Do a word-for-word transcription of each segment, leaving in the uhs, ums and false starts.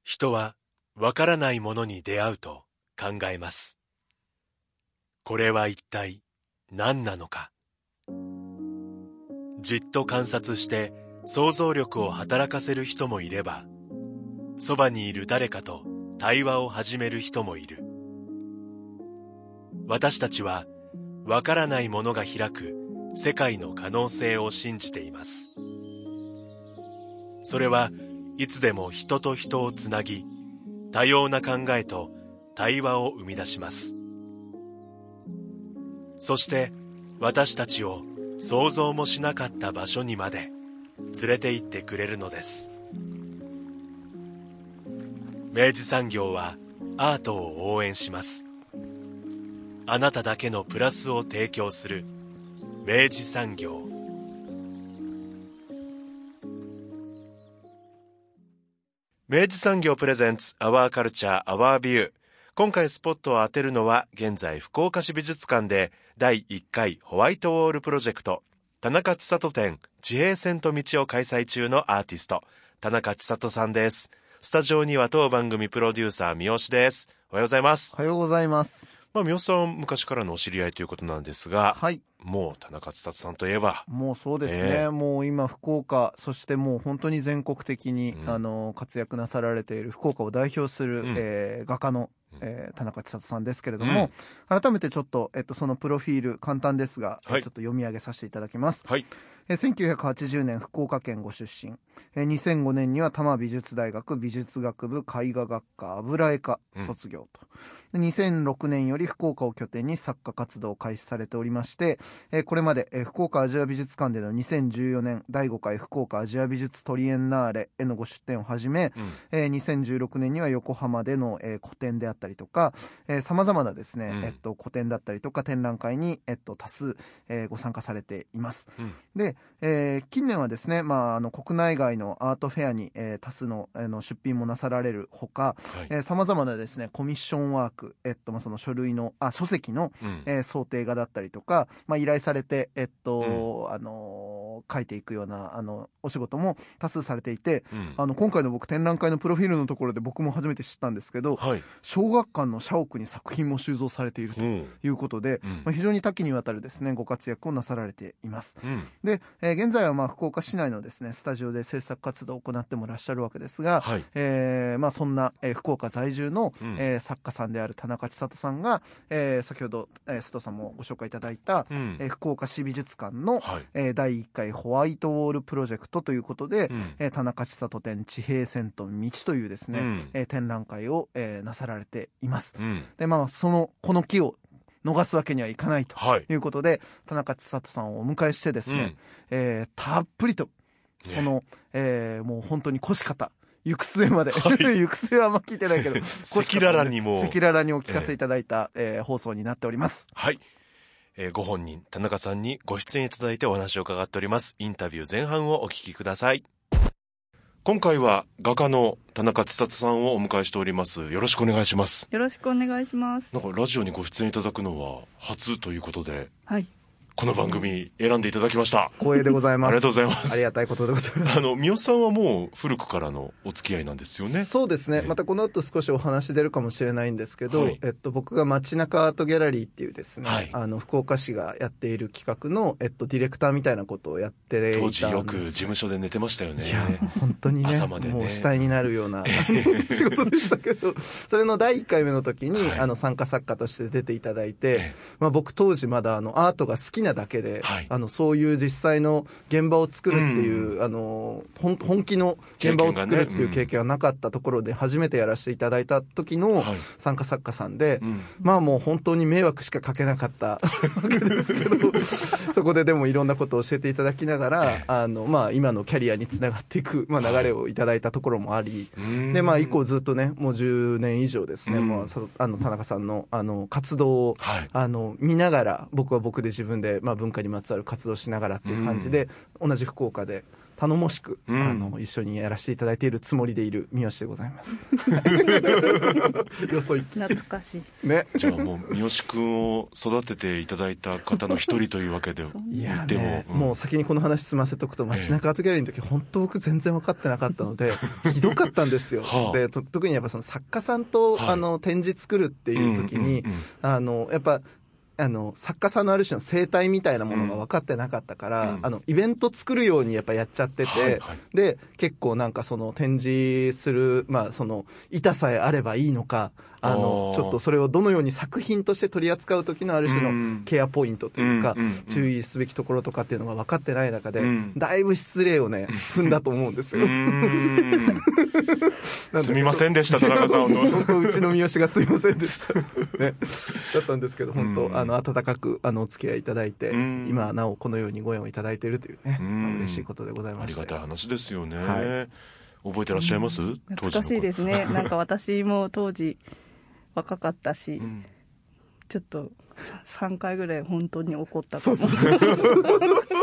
人はわからないものに出会うと考えます。これは一体何なのか。じっと観察して想像力を働かせる人もいれば、そばにいる誰かと対話を始める人もいる。私たちはわからないものが開く世界の可能性を信じています。それはいつでも人と人をつなぎ、多様な考えと対話を生み出します。そして私たちを想像もしなかった場所にまで連れて行ってくれるのです。明治産業はアートを応援します。あなただけのプラスを提供する明治産業。明治産業プレゼンツアワーカルチャーアワービュー。今回スポットを当てるのは、現在福岡市美術館でだいいっかいホワイトウォールプロジェクト田中千里展地平線と道を開催中のアーティスト田中千里さんです。スタジオには当番組プロデューサー三好です。おはようございます。 おはようございます。 まあ、三好さん昔からのお知り合いということなんですが、 はい、 もう田中千里さんといえばもうそうですね、 えー、 もう今福岡、そしてもう本当に全国的に、うん、あの活躍なさられている福岡を代表する、うんえー、画家の、えー、田中千里さんですけれども、うん、改めてちょっと、えっと、そのプロフィール簡単ですが、はい、ちょっと読み上げさせていただきます。 はい。 せんきゅうひゃくはちじゅうねん福岡県ご出身、にせんごねんには多摩美術大学美術学部絵画学科油絵科卒業と、うん、にせんろくねんより福岡を拠点に作家活動を開始されておりまして、これまで福岡アジア美術館でのにせんじゅうよねんだいごかい福岡アジア美術トリエンナーレへのご出展をはじめ、うん、にせんじゅうろくねんには横浜での個展であったりとか、さまざまなですね、うんえっと、個展だったりとか展覧会に、えっと、多数、えー、ご参加されています。うん、でえー、近年はですね、まあ、あの国内外のアートフェアに、えー、多数の、あの出品もなさられるほか、さまざまなですねコミッションワーク、えっとまあ、その書類のあ書籍の、うんえー、想定画だったりとか、まあ、依頼されて、えっとうんあのー、書いていくようなあのお仕事も多数されていて、うん、あの今回の僕展覧会のプロフィールのところで僕も初めて知ったんですけど、はい、小学館の社屋に作品も収蔵されているということで、うんまあ、非常に多岐にわたるですねご活躍をなさられています。うん、で、えー現在はまあ福岡市内のですねスタジオで制作活動を行ってもらっしゃるわけですが、はいえーまあ、そんな、えー、福岡在住の、うんえー、作家さんである田中千里さんが、えー、先ほど、えー、佐藤さんもご紹介いただいた、うんえー、福岡市美術館の、はいえー、だいいっかいホワイトウォールプロジェクトということで、うんえー、田中千里展地平線と道というですね、うんえー、展覧会を、えー、なさられています。うん、でまあそのこの木を逃すわけにはいかないということで、はい、田中千里さんをお迎えしてですね、うんえー、たっぷりとその、ねえー、もう本当に腰方行く末まで、はい、行く末はあんま聞いてないけど赤裸々にも赤裸々にお聞かせいただいた、えーえー、放送になっております。 はい、えー、ご本人田中さんにご出演いただいてお話を伺っております。インタビュー前半をお聞きください。今回は画家の田中千里さんをお迎えしております。よろしくお願いします。 よろしくお願いします。 なんかラジオにご出演いただくのは初ということで、 はい、 この番組選んでいただきました。 光栄でございます。 ありがとうございます。 ありがたいことでございます。 あの三好さんはもう古くからのお付き合いなんですよね。 そうですね、またこの後少しお話出るかもしれないんですけど、はいえっと、僕が街中アートギャラリーっていうですね、はい、あの福岡市がやっている企画の、えっと、ディレクターみたいなことをやっていたんです。 当時よく事務所で寝てましたよね。 いや本当にね、 朝までねもう死体になるような仕事でしたけどそれのだいいっかいめの時に、はい、あの参加作家として出ていただいて、まあ、僕当時まだあのアートが好きなだけで、はい、あのそういう実際の現場を作るっていう、うん、あの本気の現場を作るっていう経験はなかったところで初めてやらせていただいた時の参加作家さんで、はいうん、まあもう本当に迷惑しかかけなかったわけですけどそこででもいろんなことを教えていただきながらあの、まあ、今のキャリアにつながっていく、まあ、流れをいただいたところもあり、はい、でまあ以降ずっとねもうじゅうねん以上ですね、うんまあ、あの田中さんの、あの活動を、はい、あの見ながら僕は僕で自分で、まあ、文化にまつわる活動しながらっていう感じで、うん、同じ福岡で頼もしく、 うん、 あの一緒にやらせていただいているつもりでいる三好でございますよそ行き懐かしいね。 じゃあもう三好くんを育てていただいた方の一人というわけでいやでも、 ね、 うん、 もう先にこの話済ませとくと、街中アートギャラリーの時、本当僕全然分かってなかったのでひどかったんですよ、はあ、でと特にやっぱその作家さんと、はい、あの展示作るっていう時に、うんうんうん、あのやっぱあの作家さんのある種の生態みたいなものが分かってなかったから、うん、あのイベント作るようにやっぱやっちゃってて、はいはい、で結構なんかその展示する、まあ、その板さえあればいいのか、あのちょっとそれをどのように作品として取り扱う時のある種のケアポイントというか、うん、注意すべきところとかっていうのが分かってない中で、うん、だいぶ失礼をね踏んだと思うんですよ。うんすみませんでした、田中さん。 本当うちの三好がすみませんでした、ね、だったんですけど、本当、うん、あの温かくあのお付き合いいただいて、うん、今なおこのようにご縁をいただいているというね、うん、嬉しいことでございました。 ありがたい話ですよね、はい、覚えてらっしゃいます、うん、 懐かしいですね。なんか私も当時若かったし、うん、ちょっとさんかいぐらい本当に怒ったかも。 そうそうそうそうそうそう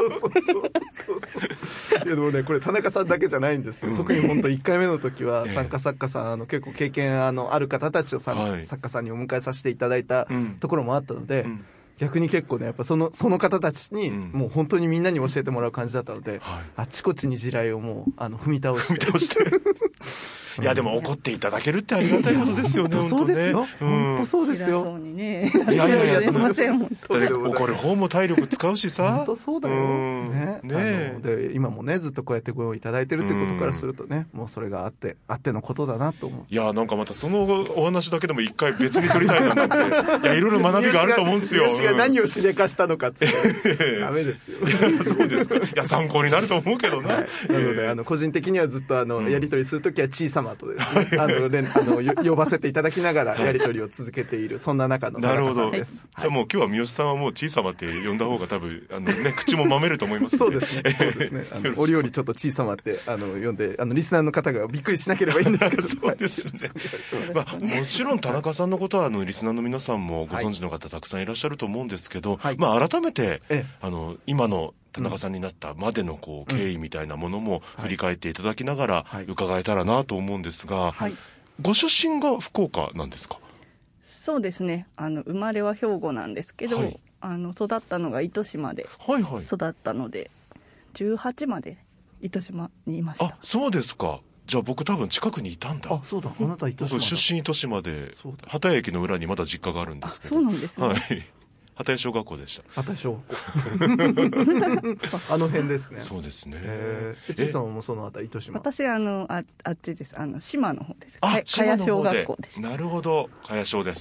いやでもね、これ田中さんだけじゃないんですよ、うん、特に本当いっかいめの時は参加作家さん、あの結構経験あのある方たちをさ、はい、作家さんにお迎えさせていただいたところもあったので、うん、逆に結構ねやっぱそのその方たちに、うん、もう本当にみんなに教えてもらう感じだったので、はい、あちこちに地雷をもうあの踏み倒して踏み倒していやでも怒っていただけるってありがたいことですよね。 本当そうですよ、本当そうですよ。 そうにね、 いやいやいや、 すみません本当。 怒る方も体力使うしさ。 本当そうだよ。ね、ねで今もねずっとこうやってご用意いただいてるってことからするとね、もうそれがあってあってのことだなと思う。 いやなんかまたそのお話だけでも一回別に取りたいななんて、いやいろいろ学びがあると思うんですよ。 三好が何をしでかしたのかってダメですよ。 そうですか。いや参考になると思うけどな。はい、 なのであの個人的にはずっとあの、うん、やり取りするときは小さまとですね。あのあの呼ばせていただきながらやり取りを続けている、そんな中の田中さんです。 なるほど、はい、じゃあもう今日は三好さんはもう小さまって呼んだ方が多分あの、ね、口もまめると思います、ね、 そうですね、そうですね、あの折々ちょっと小さまってあの呼んであのリスナーの方がびっくりしなければいいんですけどそうですね、まあ、もちろん田中さんのことはあのリスナーの皆さんもご存知の方たくさんいらっしゃると思うんですけど、はい、まあ、改めて、ええ、あの今の田中さんになったまでのこう経緯みたいなものも振り返っていただきながら伺えたらなと思うんですが、はい、ご出身が福岡なんですか？ そうですね、あの生まれは兵庫なんですけど、はい、あの育ったのが糸島で育ったので、はいはい、じゅうはちまで糸島にいました。 あ、そうですか。じゃあ僕多分近くにいたんだ。 あ、そうだ、あなた糸島だ。 僕出身糸島で畑駅の裏にまだ実家があるんですけど。 そうなんですね、 はい、畑井小学校でした。 畑井小学校あの辺ですね。 そうですね。 えー、ちいさんもそのあたり糸島？ 私あの あ, あっちです、あの島の方です。 あ、 茅小学校です。 なるほど、茅小です、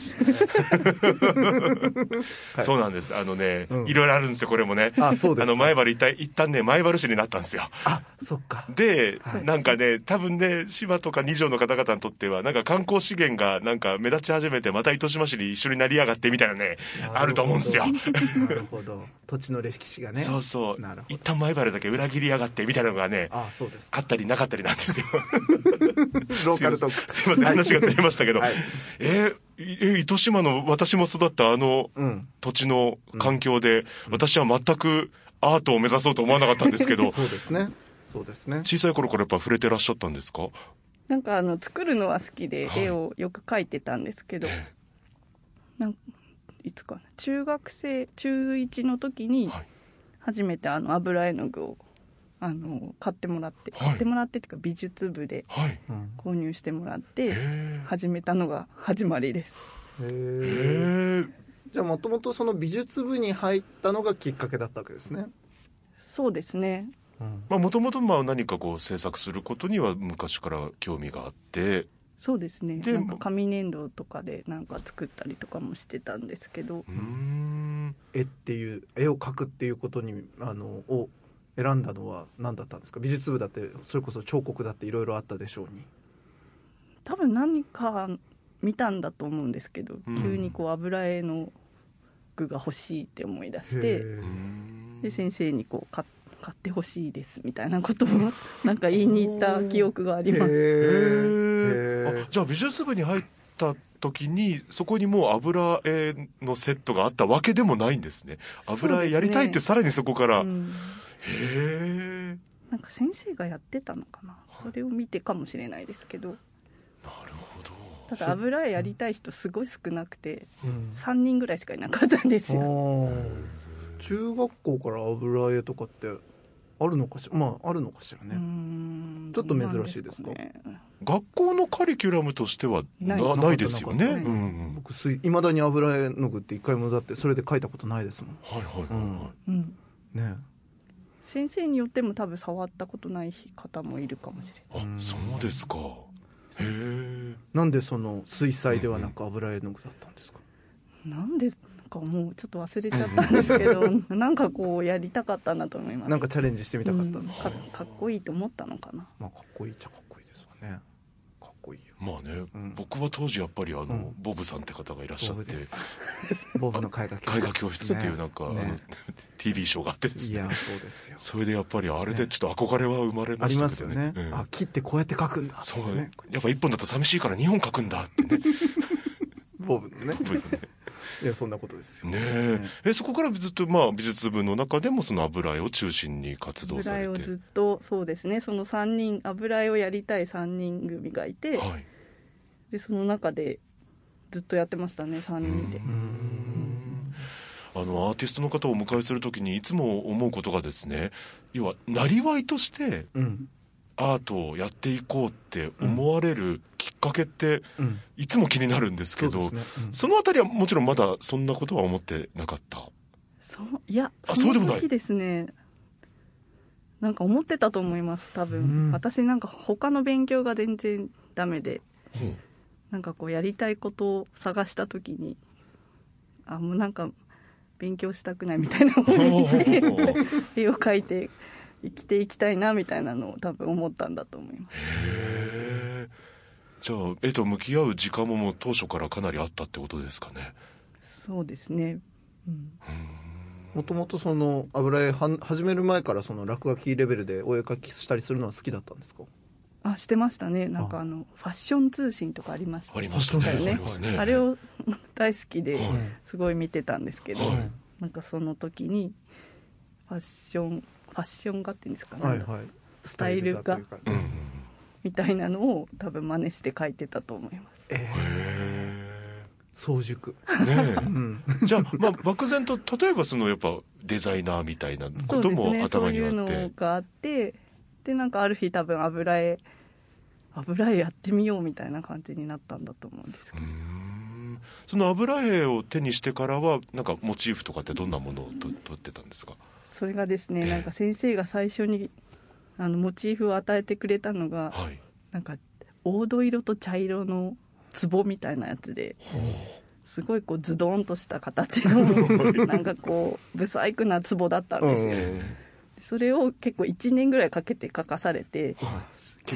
はい、そうなんです。あのね、うん、いろいろあるんですよこれもね。 あ、そうですか。 あの前原一旦一旦ね前原市になったんですよ。 あ、そっか。 で、はい、なんかね多分ね島とか二条の方々にとってはなんか観光資源がなんか目立ち始めてまた糸島市に一緒になりやがってみたいなねあると思うんですよ。 なるほど、土地の歴史がね。 そうそう、一旦前原だけ裏切りやがってみたいなのがね、 あ、そうです、 あったりなかったりなんですよローカルトーク、 すいません、話がずれましたけど、はい、えー、糸島の私も育ったあの土地の環境で、うん、私は全くアートを目指そうと思わなかったんですけどそうですね、そうですね。 小さい頃からやっぱ触れてらっしゃったんですか？ なんかあの作るのは好きで絵をよく描いてたんですけど、はい、なんいつかな、中学生中いちの時に初めてあの油絵の具をあの買ってもらって、はい、買ってもらってっていうか美術部で購入してもらって始めたのが始まりです。 へー。じゃあもともとその美術部に入ったのがきっかけだったわけですね。 そうですね。 もともと何かこう制作することには昔から興味があって。 そうですね、なんか紙粘土とかでなんか作ったりとかもしてたんですけど、 うーん、絵っていう絵を描くっていうことにあのを選んだのは何だったんですか？美術部だってそれこそ彫刻だっていろいろあったでしょうに。 多分何か見たんだと思うんですけど、うん、急にこう油絵の具が欲しいって思い出して、で先生にこう買って買ってほしいですみたいなことをなんか言いに行った記憶があります。 へー。あ、じゃあ美術部に入った時にそこにもう油絵のセットがあったわけでもないんですね。油絵やりたいってさらにそこから、うん、へー。 なんか先生がやってたのかな、はい、それを見てかもしれないですけど。 なるほど。 ただ油絵やりたい人すごい少なくて、うん、さんにんぐらいしかいなかったんですよ。 中学校から油絵とかってあるのかしら。まああるのかしらね。うーん、 ちょっと珍しいですか。 ね、 学校のカリキュラムとしては な, な, ないですよね。うん、 僕いまだに油絵の具って一回もだってそれで描いたことないですもん。 はいはいはいはい、 うん、 ね。 先生によっても多分触ったことない方もいるかもしれない。 あ、そうですか。へえ。 なんでその水彩ではなく油絵の具だったんですか。 なんでかもうちょっと忘れちゃったんですけどなんかこうやりたかったなと思います。 なんかチャレンジしてみたかったんです、 うん、か, かっこいいと思ったのかな。 まあかっこいいっちゃかっこいいですわね。かっこいいよ。 まあね、 うん、 僕は当時やっぱりあの、うん、ボブさんって方がいらっしゃって、 ボブの絵画教室絵画教室っていうなんか、ね、あの ティービー ショーがあってですね。 いやそうですよ。 それでやっぱりあれでちょっと憧れは生まれましたけどね。 ありますよね、うん、あ、木ってこうやって描くんだって、ね、 そうやっぱいっぽんだと寂しいからにほん描くんだってねボブのねいやそんなことですよね, ねえそこからずっと、まあ、美術部の中でもその油絵を中心に活動されて。 油絵をずっとそうですね。そのさんにん油絵をやりたいさんにん組がいて、はい、でその中でずっとやってましたねさんにんで。うーん、 あのアーティストの方をお迎えするときにいつも思うことがですね、要はなりわいとしてアートをやっていこうって思われるきっかけっていつも気になるんですけど、うんうん そ, ねうん、そのあたりはもちろんまだそんなことは思ってなかった。 そういやその時ですね、なんか思ってたと思います多分、うん、私なんか他の勉強が全然ダメで、うん、なんかこうやりたいことを探した時にあもうなんか勉強したくないみたいな思いで絵を描いて生きていきたいなみたいなのを多分思ったんだと思います。 へー、じゃあ絵と向き合う時間ももう当初からかなりあったってことですかね。 そうですね、うん、 もともとその油絵は始める前からその落書きレベルでお絵描きしたりするのは好きだったんですか。 あ、してましたね。なんかあのファッション通信とかありましたね。 ありましたね。ありますね。 あれを大好きですごい見てたんですけど、はい、なんかその時にファッションファッション画っていうんですかね、はいはい、スタイル画、うん、みたいなのを多分真似して描いてたと思います。 えー、早熟ねえ、うん、じゃあ、まあ、漠然と例えばそのやっぱデザイナーみたいなことも頭にあって、そうですね、そういうのがあってでなんかある日多分油絵油絵やってみようみたいな感じになったんだと思うんですけど、うーん、その油絵を手にしてからはなんかモチーフとかってどんなものをと撮ってたんですか。 それがですね、えー、なんか先生が最初にあのモチーフを与えてくれたのが、はい、なんか黄土色と茶色の壺みたいなやつで、すごいこうズドンとした形のなんかこうブサイクな壺だったんですよ、えー、それを結構いちねんぐらいかけて描かされて、はい、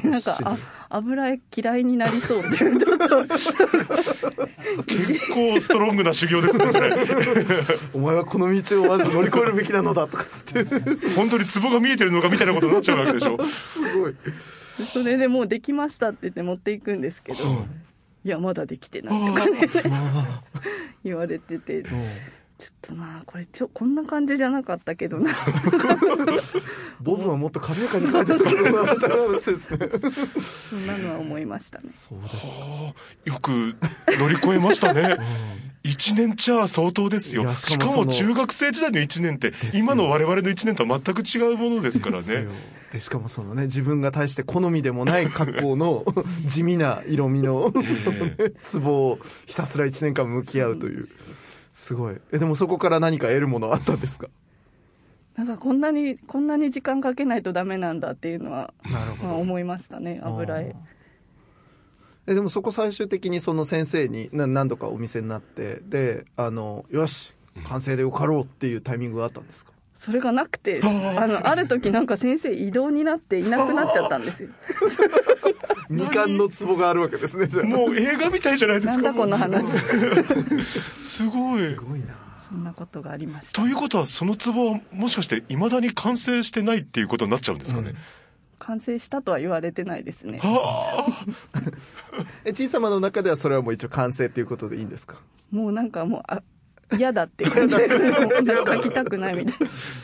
なんかあ油絵嫌いになりそうってちょっと結構ストロングな修行ですねそれお前はこの道をまず乗り越えるべきなのだとかつって本当に壺が見えてるのかみたいなことになっちゃうわけでしょすごい。 それでもうできましたって言って持っていくんですけど、はい、いやまだできてないとかね言われてて、ちょっとなこれちょこんな感じじゃなかったけどなボブはもっと軽やかにされてたからですねそんなのは思いましたね。 そうですか。 よく乗り越えましたね、うんいちねんちゃ相当ですよ。しかも中学生時代のいちねんって今の我々のいちねんとは全く違うものですからね。 でしかもそのね自分が大して好みでもない格好の地味な色味のその、ね、壺をひたすらいちねんかん向き合うというすごい。えでもそこから何か得るものあったんですか。 なんかこんなにこんなに時間かけないとダメなんだっていうのは、まあ、思いましたね油絵。 えでもそこ最終的にその先生に何度かお見せになってであのよし完成で受かろうっていうタイミングがあったんですか。 それがなくて あ, のある時なんか先生異動になっていなくなっちゃったんですよ二冠の壺があるわけですね。じゃあもう映画みたいじゃないですか。 なんだこの話すごいすごいな。 そんなことがありました。 ということはその壺はもしかしていまだに完成してないっていうことになっちゃうんですかね、うん完成したとは言われてないですねえ小さまの中ではそれはもう一応完成っていうことでいいんですか。 もうなんかもうあ嫌だって感じで書きたくないみたいな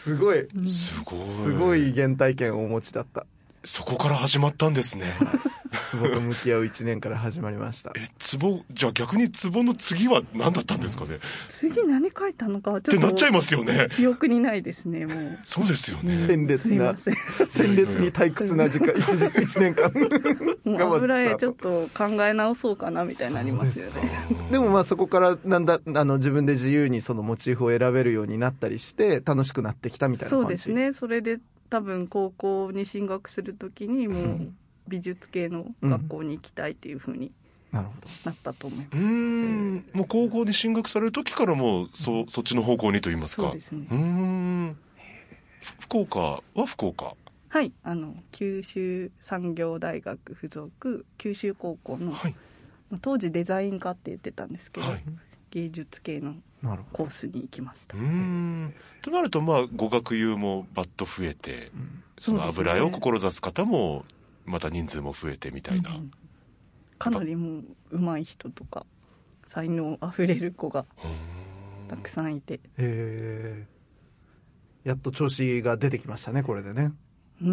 すごいすごいすごい原体験をお持ちだった。 そこから始まったんですね。 壺と向き合ういちねんから始まりました。 え、壺、じゃあ逆に壺の次は何だったんですかね。 次何書いたのかはちってなっちゃいますよね。 記憶にないですね、もう。 そうですよね。 鮮烈な、鮮烈に退屈な時間、一時、一年間もう油絵ちょっと考え直そうかなみたいになりますよね。 でもまあそこからなんだ、あの自分で自由にそのモチーフを選べるようになったりして楽しくなってきたみたいな感じ。 そうですね。それで多分高校に進学するときにもう美術系の学校に行きたいっていうふうになったと思います。 うーん、もう高校に進学される時からもう そ, そっちの方向にと言いますか。 そうですね。 うーん、福岡は福岡。 はい、あの九州産業大学附属九州高校の、はい、当時デザイン科って言ってたんですけど、はい、芸術系のコースに行きました。 うーん、となるとまあ語学友もバッと増えて、うん、その油絵を志す方もまた人数も増えてみたいな、うん、 かなりもう上手い人とか才能あふれる子がたくさんいて、 へー、やっと調子が出てきましたね、これでね。 うん、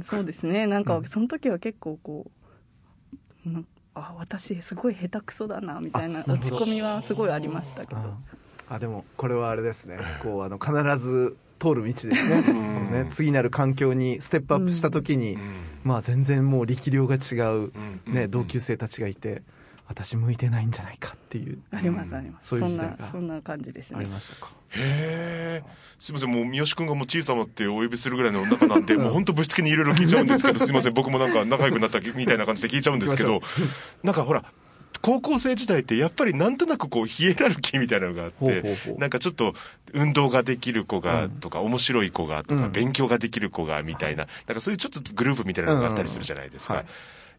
そうですね。なんかその時は結構こう、うん、あ、私すごい下手くそだなみたいな落ち込みはすごいありましたけど、 あ、でもこれはあれですね、こうあの必ず通る道ですね。このね、次なる環境にステップアップした時に、うん、まあ全然もう力量が違う、ね、同級生たちがいて、私向いてないんじゃないかっていう、 ありますあります。 そういう時代がそんなそんな感じですね。 ありましたか。 へえ。すみません、もう三好くんがもう小さなってお呼びするぐらいの仲なんで、もう本当ぶしつけにいろいろ聞いちゃうんですけど、すみません、僕もなんか仲良くなったみたいな感じで聞いちゃうんですけど、なんかほら。高校生時代ってやっぱりなんとなくこうヒエラルキーみたいなのがあって、ほうほうほう、なんかちょっと運動ができる子がとか、うん、面白い子がとか、うん、勉強ができる子がみたいな、なんかそういうちょっとグループみたいなのがあったりするじゃないですか、うんうん、はい、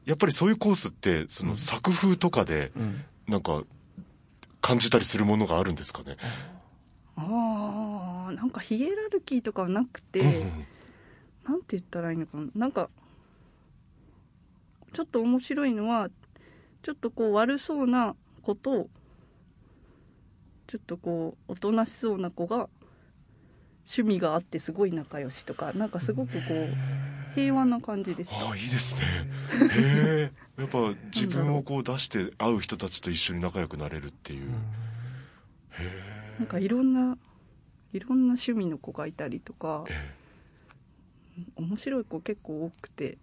やっぱりそういうコースってその作風とかでなんか感じたりするものがあるんですかね。 ああ、なんかヒエラルキーとかはなくて、うんうん、なんて言ったらいいのかな、なんかちょっと面白いのはちょっとこう悪そうな子とちょっとこうおとなしそうな子が趣味があってすごい仲良しとか、なんかすごくこう平和な感じでした。 ああ、いいですね。へえ。やっぱ自分をこう出して会う人たちと一緒に仲良くなれるっていう。へえ。なんかいろんないろんな趣味の子がいたりとか、面白い子結構多くて。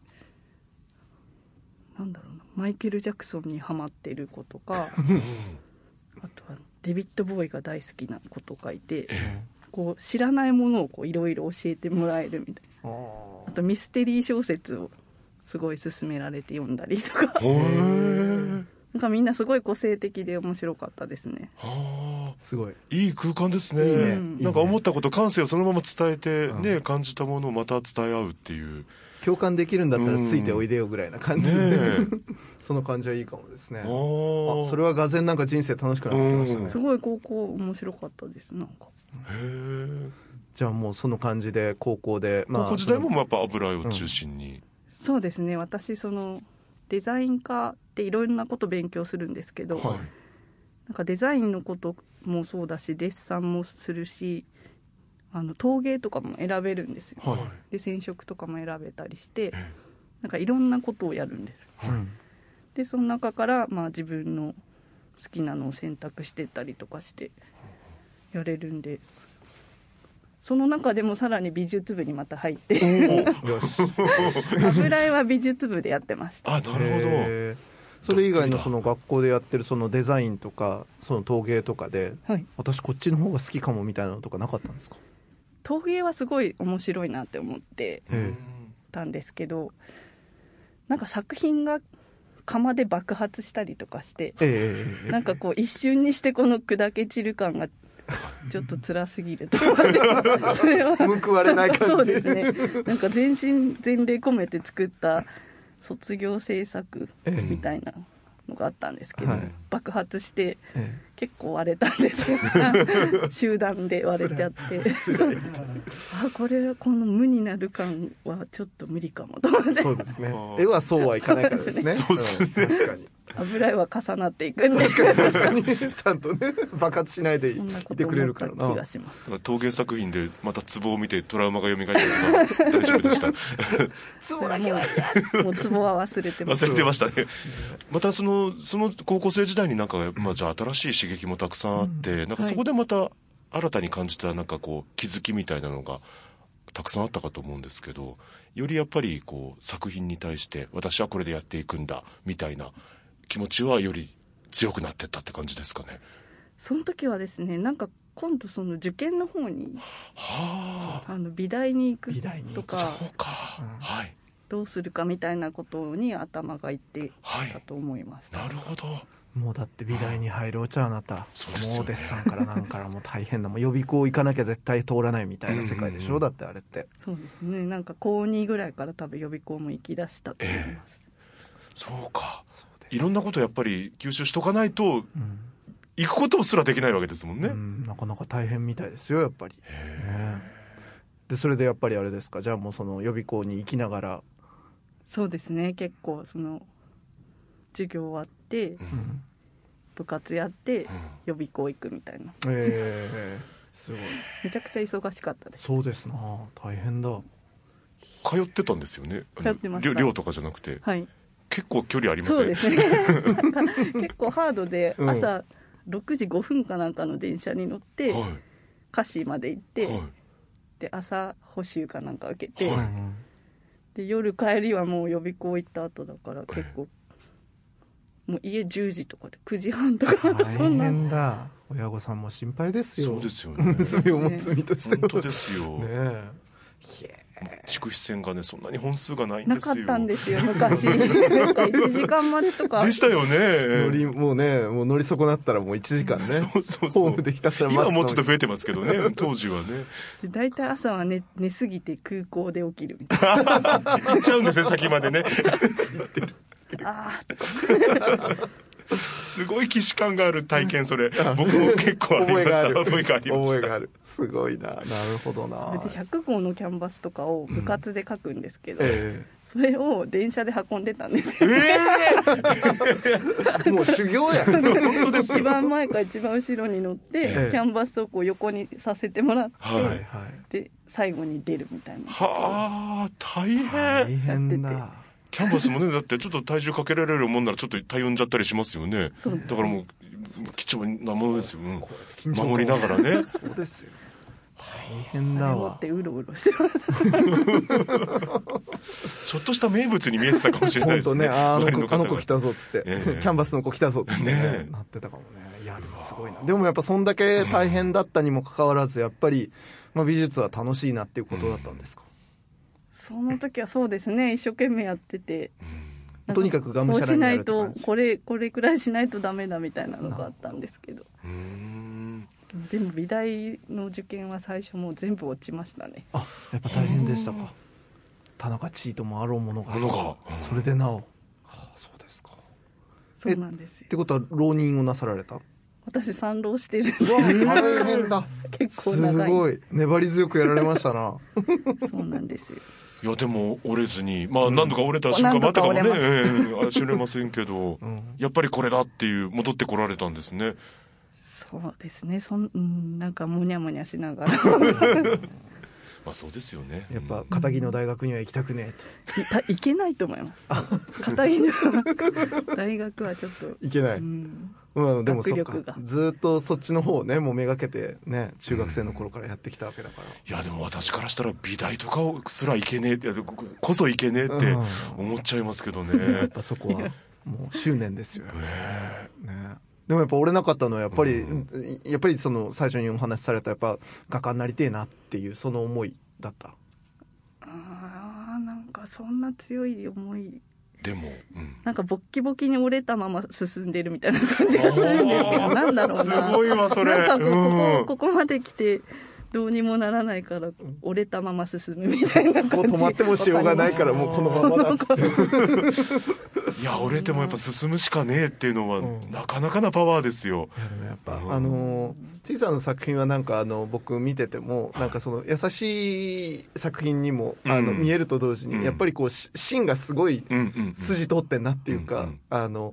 なんだろうな、マイケル・ジャクソンにハマってる子とかあとはデビッド・ボーイが大好きな子とかいて、こう知らないものをいろいろ教えてもらえるみたいな。あとミステリー小説をすごい勧められて読んだりとかなんかみんなすごい個性的で面白かったですね。 はあ、すごいいい空間ですね。いいね、うん、なんか思ったこと感性をそのまま伝えて、ね、うん、感じたものをまた伝え合うっていう、 共感できるんだったらついておいでよぐらいな感じで、うん、その感じはいいかもですね。あ、それはがぜんなんか人生楽しくなってきましたね。 すごい高校面白かったです。なんかへえ。 じゃあもうその感じで高校で、 まあ、高校時代もやっぱ油絵を中心に、うん、 そうですね。私そのデザイン科っていろんなこと勉強するんですけど、はい、なんかデザインのこともそうだしデッサンもするし、あの陶芸とかも選べるんですよ、はい、で染色とかも選べたりしてなんかいろんなことをやるんです、はい、でその中から、まあ、自分の好きなのを選択してったりとかしてやれるんで、その中でもさらに美術部にまた入ってよし油絵は美術部でやってました。 あ、なるほど。 それ以外のその学校でやってるそのデザインとかその陶芸とかで、はい、私こっちの方が好きかもみたいなのとかなかったんですか。 陶芸はすごい面白いなって思ってたんですけど、なんか作品が窯で爆発したりとかして、えー、なんかこう一瞬にしてこの砕け散る感がちょっと辛すぎるとそれは報われない感じそうですね。なんか全身全霊込めて作った卒業制作みたいなのがあったんですけど、えーはい、爆発して、えー、結構割れたんですよ集団で割れちゃってあ、これはこの無になる感はちょっと無理かもと思って。 そうですね、絵はそうはいかないからですね。 そうですね、 確かに油絵は重なっていくんで確かに確かにちゃんとね爆発しないでいてくれるからな。 気がします。 陶芸作品でまた壺を見てトラウマが蘇ったりとか大丈夫でした壺だけはもう壺は忘れてます。 忘れてましたね。またそのその高校生時代になんか、まあ、じゃあ新しい刺激もたくさんあって、うん、なんかそこでまた新たに感じたなんかこう気づきみたいなのがたくさんあったかと思うんですけど、よりやっぱりこう作品に対して私はこれでやっていくんだみたいな気持ちはより強くなってったって感じですかね。 その時はですね、なんか今度その受験の方に、はあ、あの美大に行くとか、 そうか、うん、はい、 どうするかみたいなことに頭がいってたと思います、 はい、なるほど。 もうだって美大に入るお茶あなた、 もうデッサンからなんからもう大変な、もう予備校行かなきゃ絶対通らないみたいな世界でしょ、うんうんうん、だってあれって。 そうですね、なんか高にぐらいから多分予備校も行き出したと思います、 えー、そうか。いろんなことやっぱり吸収しとかないと、うん、行くことすらできないわけですもんね、うん、 なかなか大変みたいですよやっぱり、ね、でそれでやっぱりあれですか、じゃあもうその予備校に行きながら。 そうですね、結構その授業終わって、うん、部活やって、うん、予備校行くみたいな、 えー、すごいめちゃくちゃ忙しかったです。 そうですな、大変だ。 通ってたんですよね。 通ってました。 寮とかじゃなくて、 はい、 結構距離ありますね。 そうですね結構ハードで、朝ろくじごふんかなんかの電車に乗って、はい、カシーまで行って、はい、で朝補習かなんか受けて、はい、で夜帰りはもう予備校行った後だから結構、もう家じゅうじとかでくじはんとか大変だ。親御さんも心配ですよ。 そうですよね娘を持つ身としては。 本当ですよ、 ねえ、 筑肥線がねそんなに本数がないんですよ。 なかったんですよ昔なんかいちじかんまでとかでしたよね。 乗りもうねもう乗り損なったらもういちじかんねそうそうそう、 ホームでひたすら待つの。 今もうちょっと増えてますけどね当時はねだいたい朝は 寝, 寝すぎて空港で起きるみたいな行っちゃうんですね先までねあーとかすごい既視感がある体験、それ僕も結構ありました。覚えがありました。 覚えがある。すごいな。なるほどな。 それでひゃくごうのキャンバスとかを部活で書くんですけど、うんえー、それを電車で運んでたんですよ、 えー、もう修行や本当ですよ。 一番前か一番後ろに乗って、えー、キャンバスをこう横にさせてもらって、はいはい、で最後に出るみたいな。 はあ大変大変だ。 キャンバスもねだってちょっと体重かけられるもんならちょっと体温じゃったりしますよね。だからもう貴重なものですよ、うん、守りながらね。 そうですよ、大変だわ。 ってうろうろしてますちょっとした名物に見えてたかもしれないですね。 本当ね、あの子、あの子来たぞっつって、 えー、 キャンバスの子来たぞっつって、ねね、なってたかもね。いやでもすごいな。でもやっぱそんだけ大変だったにもかかわらずやっぱり、まあ、美術は楽しいなっていうことだったんですか。 その時はそうですね、一生懸命やってて、 うん、とにかくがむしゃらにやるって感じ。 こうしないとこれこれくらいしないとダメだみたいなのがあったんですけど、 うーんでも美大の受験は最初もう全部落ちましたね。 あ、やっぱ大変でしたか。田中チートもあろうものが、 ものがうん、それでなお、はあ、そうですか。 そうなんですよ。 ってことは浪人をなさられた。 私三浪してるんで大変だ結構長い。 すごい粘り強くやられましたなそうなんですよ。 いやでも折れずに、まあ何度か折れた瞬間もあったかもね、うん、えー、知れませんけど、うん、やっぱりこれだっていう戻ってこられたんですね。 そうですね、そん、うん、なんかモニャモニャしながらまあそうですよね。 やっぱ片木の大学には行きたくねえと、い, いけないと思います片木の大学はちょっといけない、うん、まあ、でもそっかずっとそっちの方をねもうめがけてね中学生の頃からやってきたわけだから、 うん、いやでも私からしたら美大とかすらいけねえってこそいけねえって思っちゃいますけどね、うん、 やっぱそこはもう執念ですよねね。でもやっぱ折れなかったのはやっぱり、うん、やっぱりその最初にお話しされたやっぱ画家になりてえなっていうその思いだった。 あーなんかそんな強い思いでも、うん、 なんかボッキボキに折れたまま進んでるみたいな感じがするんですけどなんだろうな、 すごいわそれ。 なんかここ、うん、ここまで来てどうにもならないから折れたまま進むみたいな感じ。 もう止まってもしようがないからもうこのままだっつっていや折れてもやっぱ進むしかねえっていうのは、うん、なかなかなパワーですよ。 いやでもやっぱ、うん、あの小さな作品はなんかあの僕見ててもなんかその優しい作品にも、うん、あの見えると同時に、うん、やっぱりこう芯がすごい筋通ってんなっていうか、うんうん、あの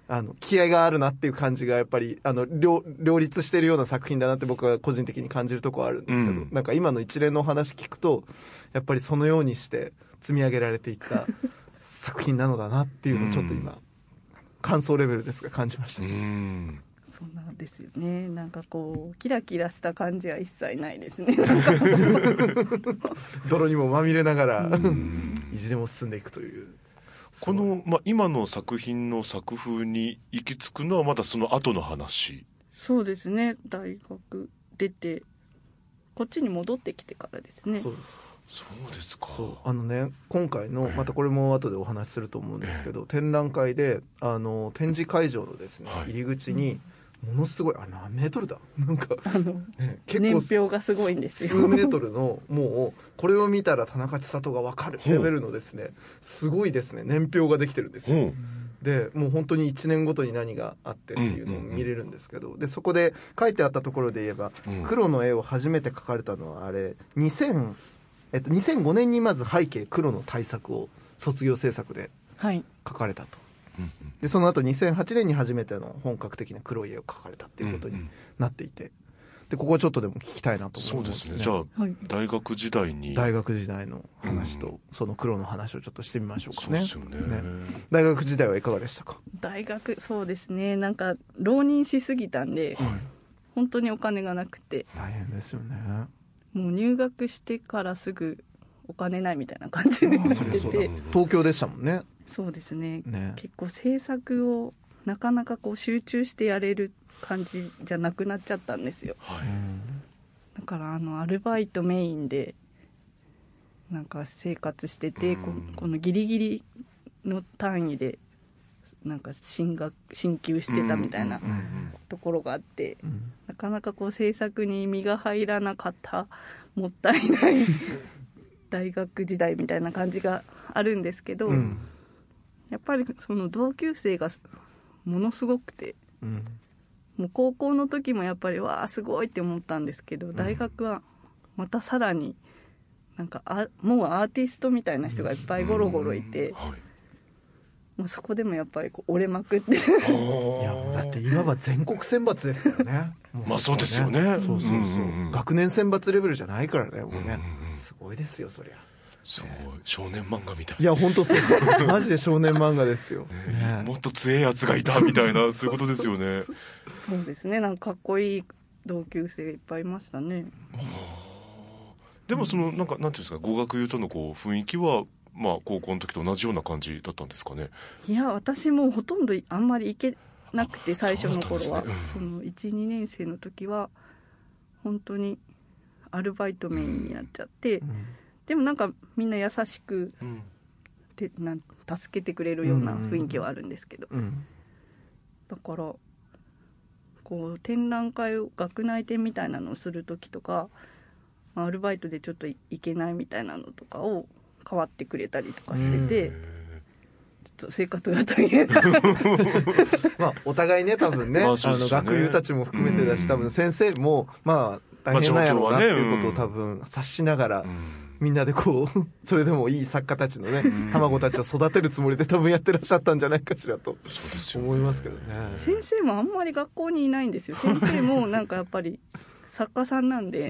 あの気合があるなっていう感じがやっぱりあの 両, 両立してるような作品だなって僕は個人的に感じるところはあるんですけど、うん、なんか今の一連のお話聞くとやっぱりそのようにして積み上げられていった作品なのだなっていうのをちょっと今、うん、感想レベルですが感じました、ね、うんそうなんですよね。なんかこうキラキラした感じは一切ないですね。なんか泥にもまみれながら意地でも進んでいくという。 この、まあ、今の作品の作風に行き着くのはまだその後の話。 そうですね。大学出てこっちに戻ってきてからですね。 そうですか。 そうですか。 そうあのね今回のまたこれも後でお話しすると思うんですけど、えー、展覧会であの展示会場のですね、はい、入り口にものすごいあ何メートルだなんかあの、ね、結構年表がすごいんですよ。 数メートルのもうこれを見たら田中千里が分かるレベルのですねすごいですね年表ができてるんですよ。でもう本当にいちねんごとに何があってっていうのを見れるんですけど、うんうんうん、でそこで書いてあったところで言えば、うん、黒の絵を初めて描かれたのはあれにせん、えっと、にせんごねんにまず背景黒の大作を卒業制作で描かれたと、はいでその後にせんはちねんに初めての本格的な黒い絵を描かれたっていうことになっていて、でここはちょっとでも聞きたいなと思いますね。 そうですね。じゃあ、はい、大学時代に大学時代の話と、うん、その黒の話をちょっとしてみましょうかね。 そうですよね。ね大学時代はいかがでしたか？ 大学そうですねなんか浪人しすぎたんで、はい、本当にお金がなくて大変ですよね。 もう入学してからすぐお金ないみたいな感じになってて東京でしたもんね。 そうです ね, ね結構制作をなかなかこう集中してやれる感じじゃなくなっちゃったんですよ、はい、だからあのアルバイトメインでなんか生活してて、こ, このギリギリの単位でなんか進学進級してたみたいなところがあって、うんうんうん、なかなかこう制作に身が入らなかったもったいない大学時代みたいな感じがあるんですけど、うんやっぱりその同級生がものすごくて、うん、もう高校の時もやっぱりわあすごいって思ったんですけど、大学はまたさらになんかあもうアーティストみたいな人がいっぱいゴロゴロいて、うんはい、もうそこでもやっぱりこう折れまくっていやだっていわば全国選抜ですからねもうねまあそうですよね。 そうそうそう、うんうんうん、学年選抜レベルじゃないからねもうね、うんうん、すごいですよそりゃ。 すごい少年漫画みたい。 いや本当そうそうマジで少年漫画ですよ、 ねね、もっと強いやつがいたみたいなそういうことですよね。 そうですねなんかかっこいい同級生がいっぱいいましたね。 でもそのなんかなんていうんですか語学友とのこう雰囲気はまあ高校の時と同じような感じだったんですかね。 いや私もうほとんどあんまり行けなくて最初の頃は そ,、ねうん、その いち,に 年生の時は本当にアルバイトメインになっちゃって、うんでもなんかみんな優しく、うん、てなん助けてくれるような雰囲気はあるんですけど、うんうん、だからこう展覧会を学内展みたいなのをする時とかアルバイトでちょっと行けないみたいなのとかを代わってくれたりとかしてて、ちょっと生活が大変まあお互いね多分ね、まあ、あの学友たちも含めてだし多分先生もまあ大変なんやろうなっていうことを多分察しながら、うんみんなでこうそれでもいい作家たちのね卵たちを育てるつもりで多分やってらっしゃったんじゃないかしらと思いますけどね。 先生もあんまり学校にいないんですよ。先生もなんかやっぱり作家さんなんで、うん、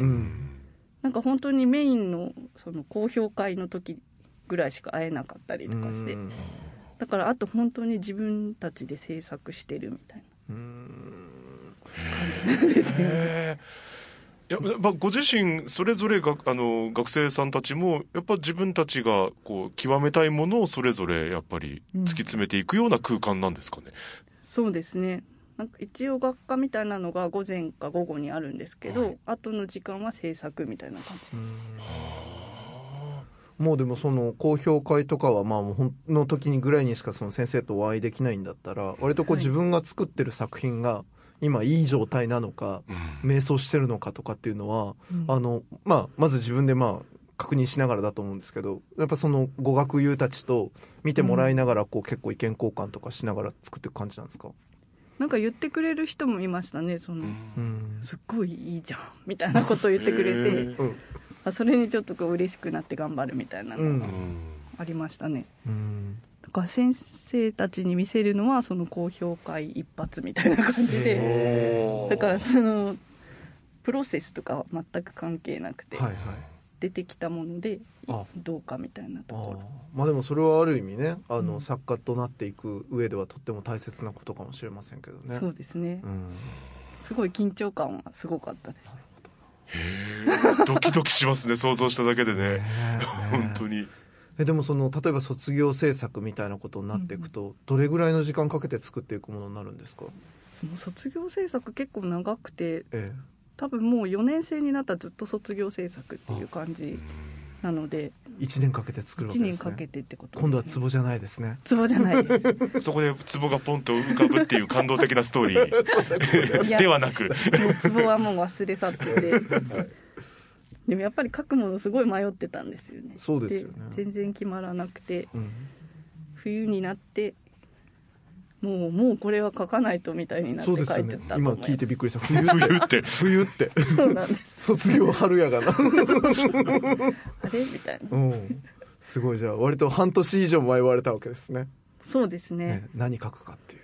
なんか本当にメインのその公表会の時ぐらいしか会えなかったりとかして、うん、だからあと本当に自分たちで制作してるみたいな感じなんですね。 いやまあ、ご自身それぞれがあの学生さんたちもやっぱ自分たちがこう極めたいものをそれぞれやっぱり突き詰めていくような空間なんですかね。うん、 そうですねなんか一応学科みたいなのが午前か午後にあるんですけど、はい、後の時間は制作みたいな感じです。 もうでもその公表会とかはまあほんの時にぐらいにしかその先生とお会いできないんだったら割とこう自分が作ってる作品が今いい状態なのか、うん、迷走してるのかとかっていうのは、うん、あのまあ、まず自分でまあ確認しながらだと思うんですけどやっぱその語学友たちと見てもらいながらこう結構意見交換とかしながら作っていく感じなんですか。 なんか言ってくれる人もいましたねその、うん、すっごいいいじゃんみたいなことを言ってくれて、うん、それにちょっとこう嬉しくなって頑張るみたいなのがありましたね。うんだから先生たちに見せるのはその講評会一発みたいな感じで、だからそのプロセスとかは全く関係なくて、 はいはい、 出てきたものでどうかみたいなところ。 あまあでもそれはある意味ね、あの、 うん、 作家となっていく上ではとっても大切なことかもしれませんけどね。 そうですね、 うん、 すごい緊張感はすごかったです。 へドキドキしますね想像しただけでね、ね本当に。 えでもその例えば卒業制作みたいなことになっていくと、うん、どれぐらいの時間かけて作っていくものになるんですか？ その卒業制作結構長くて、 ええ、 多分もうよねん生になったらずっと卒業制作っていう感じなので、 いちねんかけて作るわけですね。 いちねんかけてってことですね。 今度は壺じゃないですね。 壺じゃないですそこで壺がポンと浮かぶっていう感動的なストーリーではなく、もう壺はもう忘れ去ってて、はい、でもやっぱり書くものすごい迷ってたんですよね。 そうですよね。 全然決まらなくて、 うん、 冬になってもうもうこれは書かないとみたいになって書いてたと思います。そうですよね。 今聞いてびっくりした。冬って冬って冬ってそうなんです。 卒業春やがなあれみたいな、 うん、すごい。じゃあ割と半年以上迷われたわけですね。 そうです ね, ね何書くかっていう。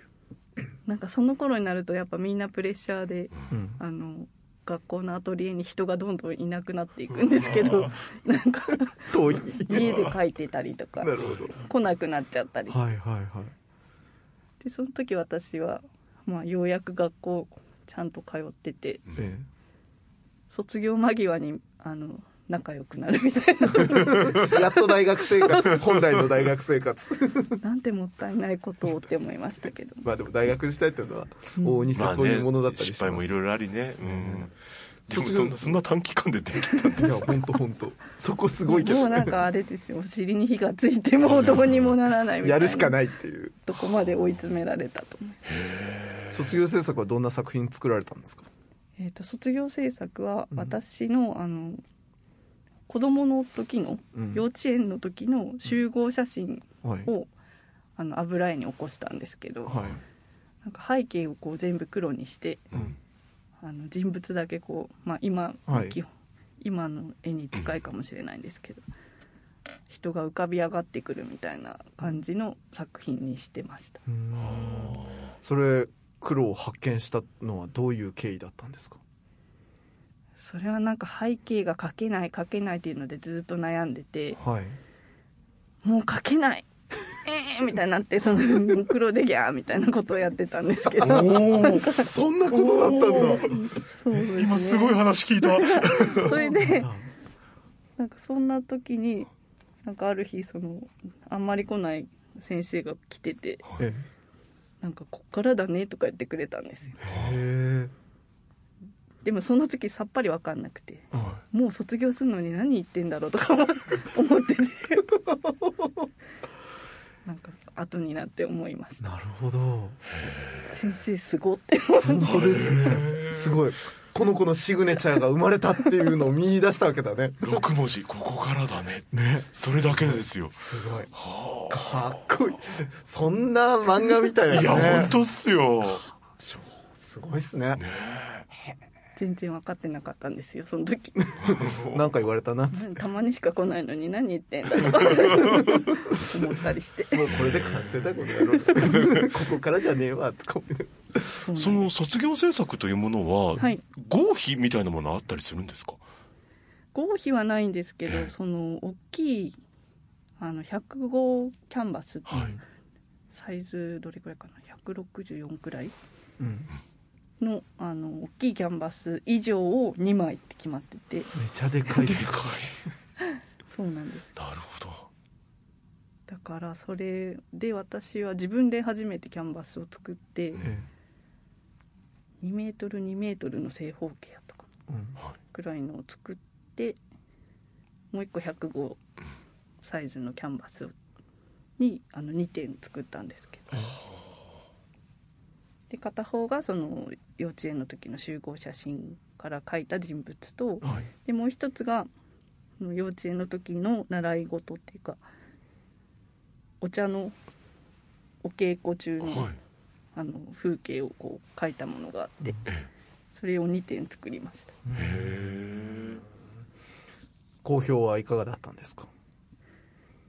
なんかその頃になるとやっぱみんなプレッシャーで、 うん、 あの学校のアトリエに人がどんどんいなくなっていくんですけど、なんか遠い家で書いてたりとかなるほど来なくなっちゃったりして、 はいはいはい、 でその時私は、まあ、ようやく学校ちゃんと通ってて、 ええ、 卒業間際にあの仲良くなるみたいなやっと大学生活本来の大学生活なんてもったいないことをって思いましたけど、 まあでも大学時代っていうのは往々にしてそういうものだったりします、 まあね、失敗もいろいろありね、うん、でも卒業そんなそんな短期間でできたんですね。 いや本当本当そこすごいけど、 もうなんかあれですよ、お尻に火がついてもうどうにもならないみたいなやるしかないっていうとこまで追い詰められたと思う。 卒業制作はどんな作品作られたんですか？ えーと、卒業制作は私の、うん、あの子供の時の、うん、幼稚園の時の集合写真を、はい、あの油絵に起こしたんですけど、はい、なんか背景をこう全部黒にして、うん、あの人物だけこう、まあ、今、はい、今の絵に近いかもしれないんですけど、人が浮かび上がってくるみたいな感じの作品にしてました。 うん、それ黒を発見したのはどういう経緯だったんですか？ それはなんか背景が描けない描けないっていうのでずっと悩んでて、 はい、 もう描けないえーみたいになって、その黒でギャーみたいなことをやってたんですけどおそんなことだったんだそうですね、 今すごい話聞いたそれでなんかそんな時になんかある日そのあんまり来ない先生が来てて、 えなんかこっからだねとか言ってくれたんですよ。 へでもその時さっぱり分かんなくて、はい、もう卒業するのに何言ってんだろうとか思っててなんか後になって思いました。 なるほど、 先生すごって本当ですね、すごい。この子のシグネチャーが生まれたっていうのを見出したわけだね。 ろく文字ここからだね、ね、それだけですよ。 すごいかっこいい。そんな漫画みたいなね。 いや本当っすよ。 すごいっすね。 ね全然分かってなかったんですよその時なんか言われたなっつって、 たまにしか来ないのに何言ってんだとか思ったりしてもうこれで完成だこの野郎っつってここからじゃねえわとかそ, その卒業制作というものは、はい、合否みたいなものあったりするんですか？ 合否はないんですけど、その大きいあのひゃくごキャンバスっていう、はい、サイズどれくらいかな、ひゃくろくじゅうよんくらい、うんの, あの大きいキャンバス以上をにまいって決まってて、 めちゃでかいでかいそうなんです。 なるほど。 だからそれで私は自分で初めてキャンバスを作って、うん、にメートルにメートルの正方形やったかな、うん、くらいのを作って、もう一個ひゃくごサイズのキャンバスにあのにてん作ったんですけど、うんで片方がその幼稚園の時の集合写真から描いた人物と、はい、でもう一つが幼稚園の時の習い事っていうかお茶のお稽古中の、はい、あの風景をこう描いたものがあって、うん、それをにてん作りました。 へー。好評はいかがだったんですか？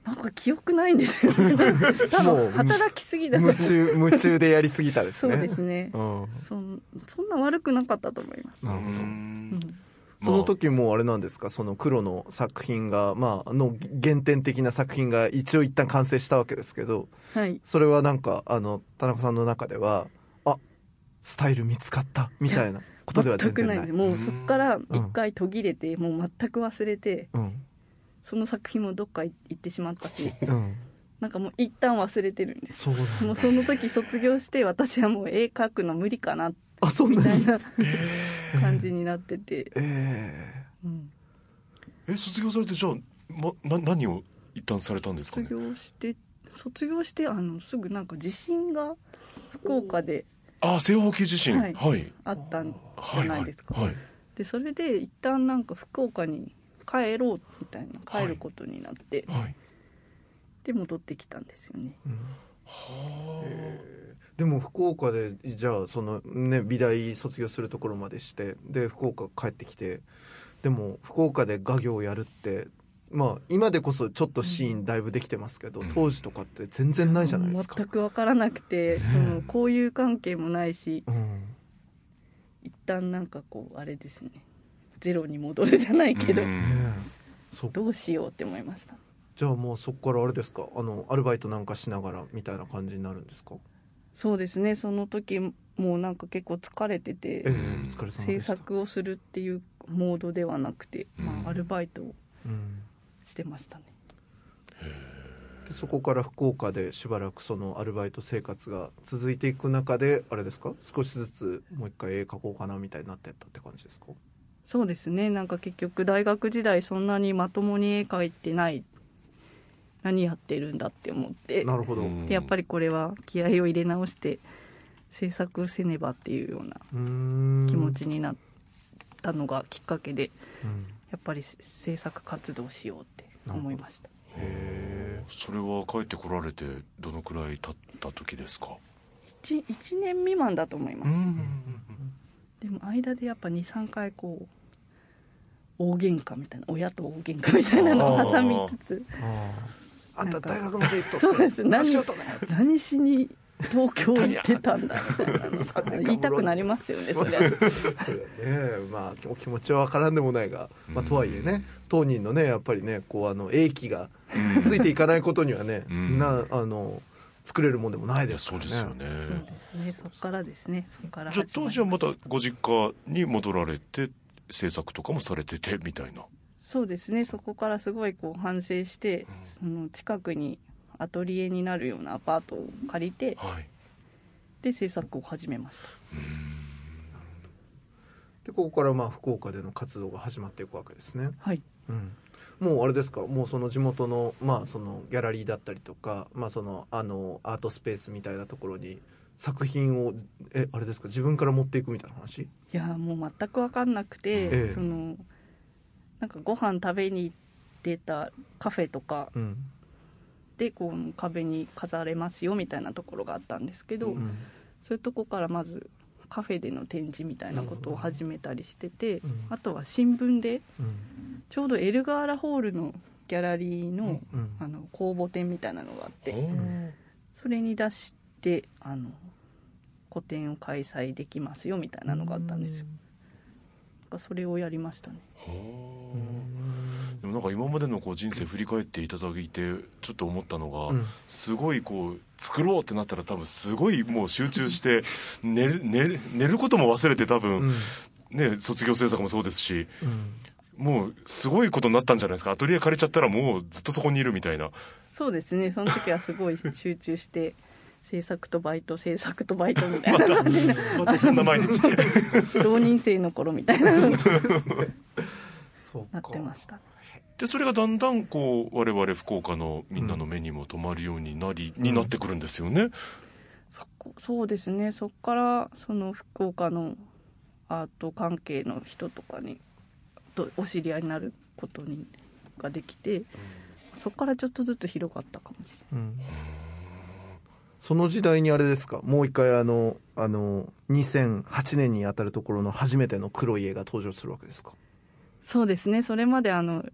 なんか記憶ないんですよね多分働きすぎだと夢中夢中でやりすぎたですね。 そうですね、 うん、 そんそんな悪くなかったと思います。 なるほど。 うんその時もあれなんですか、その黒の作品が、まあ、の原点的な作品が一応一旦完成したわけですけど、 はい、 それはなんかあの田中さんの中ではあスタイル見つかったみたいなことでは全然ない。 全くない。もうそこから一回途切れて、うん、もう全く忘れて、うん、その作品もどっか行ってしまったし、うん、なんかもう一旦忘れてるんです。そうなんだ。もうその時卒業して私はもう絵描くの無理かなあそんなみたいな感じになってて、 えーうん、え卒業されてじゃあ、ま、な何を一旦されたんですかね。 卒業して卒業してあのすぐなんか地震が福岡であ西方級地震、はいはい、 あったんじゃないですか、 はいはい、 でそれで一旦なんか福岡に帰ろうみたいな帰ることになって、はいはい、で戻ってきたんですよね、うん、 はあ。でも福岡でじゃあそのね美大卒業するところまでしてで福岡帰ってきて、でも福岡で画業をやるってまあ今でこそちょっとシーンだいぶできてますけど、うん、当時とかって全然ないじゃないですか。 全く分からなくて、その交友関係もないし、うん、一旦なんかこうあれですねゼロに戻るじゃないけど、うん、どうしようって思いました。 じゃあもうそこからあれですか、あのアルバイトなんかしながらみたいな感じになるんですか。 そうですね、その時もうなんか結構疲れてて、えー、疲れ様でした。制作をするっていうモードではなくて、まあ、アルバイトをしてましたね、 うん、でそこから福岡でしばらくそのアルバイト生活が続いていく中であれですか、少しずつもう一回絵描こうかなみたいになってったって感じですか。 そうですね、なんか結局大学時代そんなにまともに絵描いてない、何やってるんだって思って、 なるほど。 でやっぱりこれは気合を入れ直して制作せねばっていうような気持ちになったのがきっかけで、うん、やっぱり制作活動しようって思いました。 へー。それは帰ってこられてどのくらい経った時ですか。 1, いちねん未満だと思います。でも間でやっぱ にさんかいこう大喧嘩みたいな、親と大喧嘩みたいなのを挟みつつ、 あんた大学まで行っとってそうです、何, 何しに東京行ってたんだみたいな言いたくなりますよね、そりゃそうね、まあお気持ちは分からんでもないが、まあ、とはいえね、当人のねやっぱりねこうあの英気がついていかないことにはね、なあの作れるもんでもないですからね。 そうですよね。 そうですね、そこからですね。そこからじゃあ当時はまたご実家に戻られて制作とかもされててみたいな。 そうですね、そこからすごいこう反省して、うん、その近くにアトリエになるようなアパートを借りて、はい、で制作を始めました。うーん、なるほど。でここからまあ福岡での活動が始まっていくわけですね。 はい、 うん、もうあれですか、もうその地元の、まあ、そのギャラリーだったりとか、まあ、そのあのアートスペースみたいなところに作品をえあれですか自分から持っていくみたいな話。 いやもう全く分かんなくて、ええ、そのなんかご飯食べに行ってたカフェとかでこう壁に飾れますよみたいなところがあったんですけど、うん、そういうとこからまずカフェでの展示みたいなことを始めたりしてて、うん、あとは新聞で、うん、ちょうどエルガーラホールのギャラリー の,、うん、あの公募展みたいなのがあって、うん、それに出してあの個展を開催できますよみたいなのがあったんですよ。それをやりましたね。 でもなんか今までのこう人生振り返っていただいてちょっと思ったのが、うん、すごいこう作ろうってなったら多分すごいもう集中して寝る、寝る、寝ることも忘れて多分、うんね、卒業制作もそうですし、うん、もうすごいことになったんじゃないですか。アトリエ借りちゃったらもうずっとそこにいるみたいな。 そうですね、その時はすごい集中して制作とバイト制作とバイトみたいな感じでまたそんな毎日浪人生の頃みたいなのになってました。 でそれがだんだんこう我々福岡のみんなの目にも留まるようになり、うん、になってくるんですよね。 そこそうですね、そこからその福岡のアート関係の人とかにとお知り合いになることにができて、うん、そこからちょっとずつ広がったかもしれない、うん、 その時代にあれですか、もう一回あのあのにせんはちねんにあたるところの初めての黒い絵が登場するわけですか。 そうですね、それまであの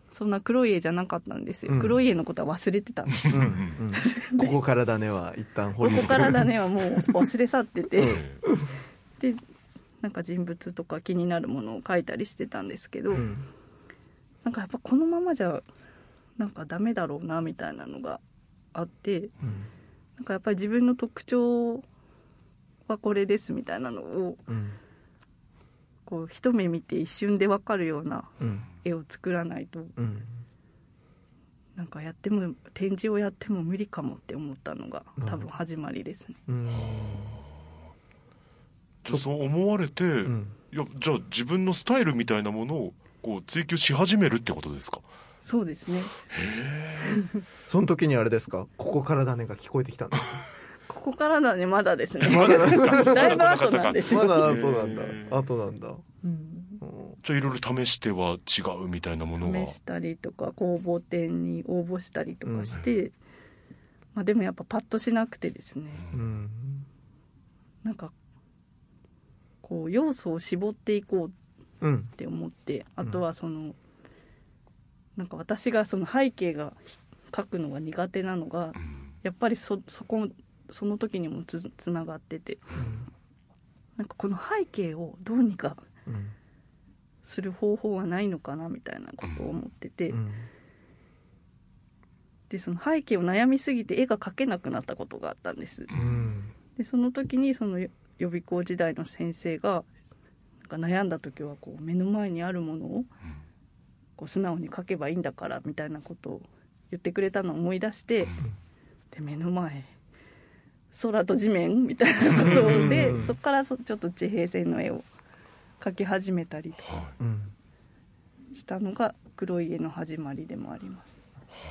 そんな黒い絵じゃなかったんですよ、 うん、 黒い絵のことは忘れてたんです、 うんうん、ここからだねは一旦ここからだねはもう忘れ去ってて、うん、でなんか人物とか気になるものを描いたりしてたんですけど、うん、なんかやっぱこのままじゃなんかダメだろうなみたいなのがあって、うん、なんかやっぱり自分の特徴はこれですみたいなのを、うん、こう一目見て一瞬で分かるような絵を作らないと、うん、なんかやっても展示をやっても無理かもって思ったのが多分始まりですね。うん、 じゃあそう思われて、うん、いやじゃあ自分のスタイルみたいなものをこう追求し始めるってことですか？ そうですね。へその時にあれですか、ここからだねが聞こえてきたんですか？ ここからだねまだですね。まだだいぶ後なんですよ。 まだ後なんだ。後なんだ。うん、 じゃあいろいろ試しては違うみたいなものが試したりとか公募展に応募したりとかして、うん、まあ、でもやっぱパッとしなくてですね、うん、なんかこう要素を絞っていこうって思って、うん、あとはそのなんか私がその背景が描くのが苦手なのが、うん、やっぱり そ, そこその時にも つ, つながってて、うん、なんかこの背景をどうにかする方法はないのかなみたいなことを思ってて、うん、でその背景を悩みすぎて絵が描けなくなったことがあったんです、うん、でその時にその予備校時代の先生がなんか悩んだ時はこう目の前にあるものをこう素直に描けばいいんだからみたいなことを言ってくれたのを思い出して、うん、で目の前空と地面みたいなことで、うん、そこからちょっと地平線の絵を描き始めたりとかしたのが黒い絵の始まりでもあります。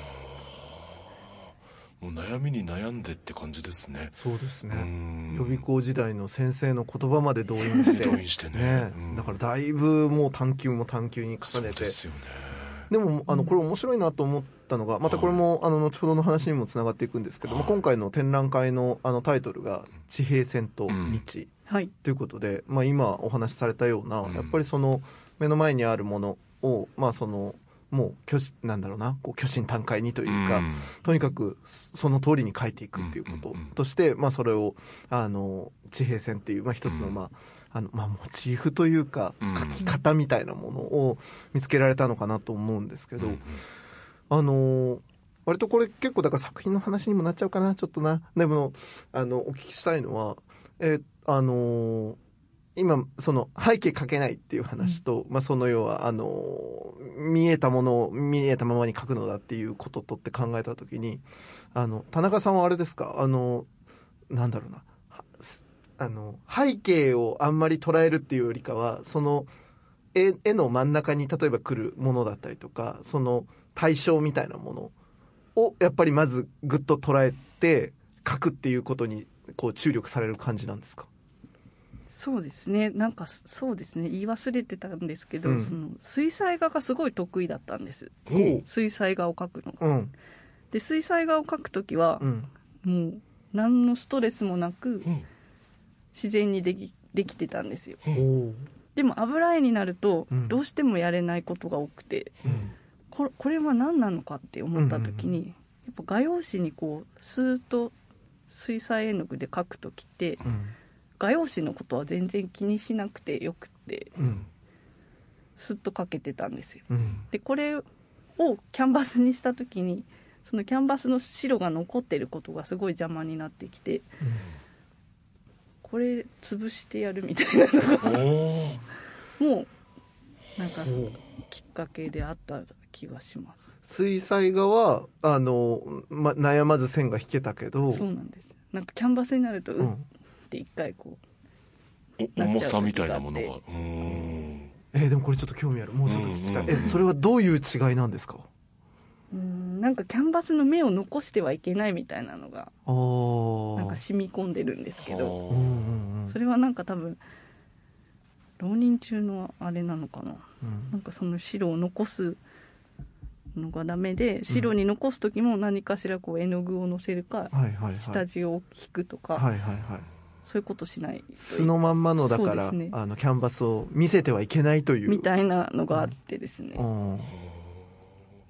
もう悩みに悩んでって感じですね。 そうですね。予備校時代の先生の言葉まで動員して動員してね、 ね、だからだいぶもう探求も探求に重ねて、そうですよね。でもあのこれ面白いなと思ったのが、またこれもあの後ほどの話にもつながっていくんですけども、今回の展覧会のあのタイトルが地平線と日ということで、まあ今お話しされたようなやっぱりその目の前にあるものをまあそのもう虚なんだろうなこう虚心坦懐にというか、とにかくその通りに書いていくっていうこととして、まあそれをあの地平線っていうまあ一つのまああのまあ、モチーフというか書き方みたいなものを見つけられたのかなと思うんですけど、うん、あの割とこれ結構だから作品の話にもなっちゃうかなちょっとな。でもあのお聞きしたいのは、えあの今その背景書けないっていう話と、うん、まあ、その要はあの見えたものを見えたままに書くのだっていうこととって考えたときに、あの田中さんはあれですか、あのなんだろうなあの背景をあんまり捉えるっていうよりかはその 絵, 絵の真ん中に例えば来るものだったりとかその対象みたいなものをやっぱりまずグッと捉えて描くっていうことにこう注力される感じなんですか？ そうですね。なんかそうですね言い忘れてたんですけど、うん、その水彩画がすごい得意だったんです、うん、水彩画を描くのが、うん、で水彩画を描くときは、うん、もう何のストレスもなく、うん、自然にで き, できてたんですよ。でも油絵になるとどうしてもやれないことが多くて、うん、こ, これは何なのかって思った時に、うんうんうん、やっぱ画用紙にこうスーッと水彩絵の具で描く時って、うん、画用紙のことは全然気にしなくてよくて、うん、スッと描けてたんですよ、うん、でこれをキャンバスにした時にそのキャンバスの白が残ってることがすごい邪魔になってきて、うん、これ潰してやるみたいなのがもうなんかきっかけであった気がします。 水彩画はあの、ま、悩まず線が引けたけど、 そうなんです。なんかキャンバスになると、うん、って一回こう重さみたいなものが、うーん、 えー、でもこれちょっと興味ある。もうちょっと聞きたい、うんうんうん、えそれはどういう違いなんですか？ うーんなんかキャンバスの目を残してはいけないみたいなのがなんか染み込んでるんですけど、それはなんか多分浪人中のあれなのかな、うん、なんかその白を残すのがダメで、白に残す時も何かしらこう絵の具をのせるか、はいはいはい、下地を引くとか、はいはいはい、そういうことしない。 素のまんまのだから、ね、あのキャンバスを見せてはいけないというみたいなのがあってですね、 うん、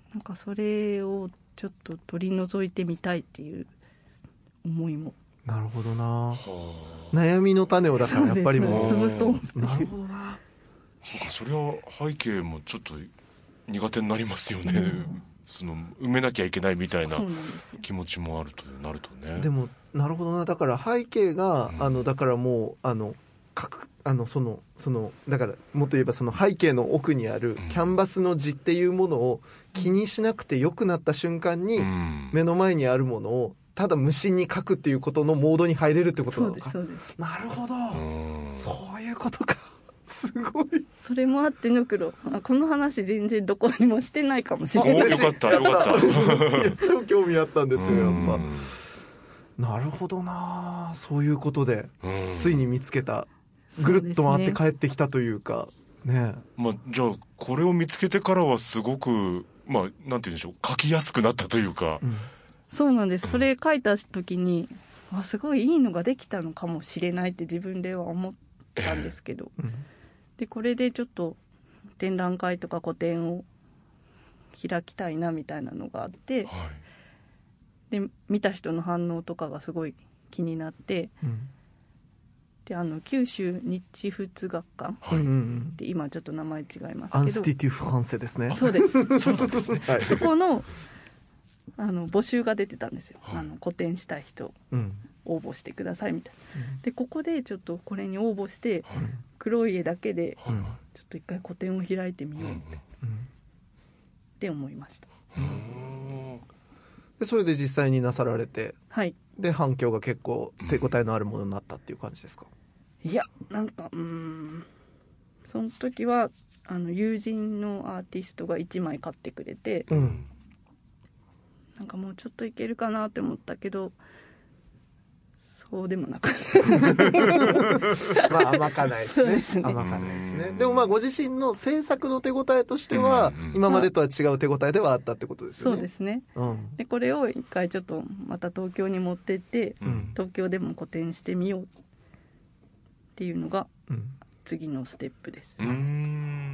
なんかそれをちょっと取り除いてみたいっていう思いも。 なるほどな。悩みの種をだからやっぱりもう潰そう。 なるほどな。 そうか、それは背景もちょっと苦手になりますよね、うん、その埋めなきゃいけないみたいな気持ちもあるとなるとね。 でもなるほどな。だから背景が、うん、あのだからもうあの各あのそのそのだからもっと言えばその背景の奥にあるキャンバスの字っていうものを気にしなくてよくなった瞬間に、うん、目の前にあるものをただ無心に書くっていうことのモードに入れるってことなのか。 そうですそうです。 なるほど、そういうことか。すごい。 それもあってぬくろ、この話全然どこにもしてないかもしれない。 よかったよかった超興味あったんですよやっぱ。なるほどな。そういうことでついに見つけた、ぐるっと回って帰ってきたというかね。 まあ、じゃあこれを見つけてからはすごくまあなんて言うんでしょう、書きやすくなったというか、うん、 そうなんです。それ書いた時に、うん、あすごいいいのができたのかもしれないって自分では思ったんですけど、えーうん、でこれでちょっと展覧会とか個展を開きたいなみたいなのがあって、はい、で見た人の反応とかがすごい気になって、うん、であの九州日仏学館、はい、で今ちょっと名前違いますけど、 アンスティテュフランセですね。 そうですそうなんですね、はい、 そこのあの募集が出てたんですよ、はい、あの個展したい人、うん、応募してくださいみたいな、うん、でここでちょっとこれに応募して、はい、黒い絵だけでちょっと一回個展を開いてみようって、うん、って思いました。 でそれで実際になさられて、 はい、 で反響が結構手応えのあるものになったっていう感じですか？ いやなんかうーんその時はあの友人のアーティストがいちまい買ってくれて、うん、なんかもうちょっといけるかなって思ったけどそうでもなくまあ甘かないですね。 ですね甘かないですね。でもまあご自身の制作の手応えとしては、うんうん、今までとは違う手応えではあったってことですよね。 そうですね、うん、でこれを一回ちょっとまた東京に持ってって、うん、東京でも個展してみようっていうのが次のステップです、うん、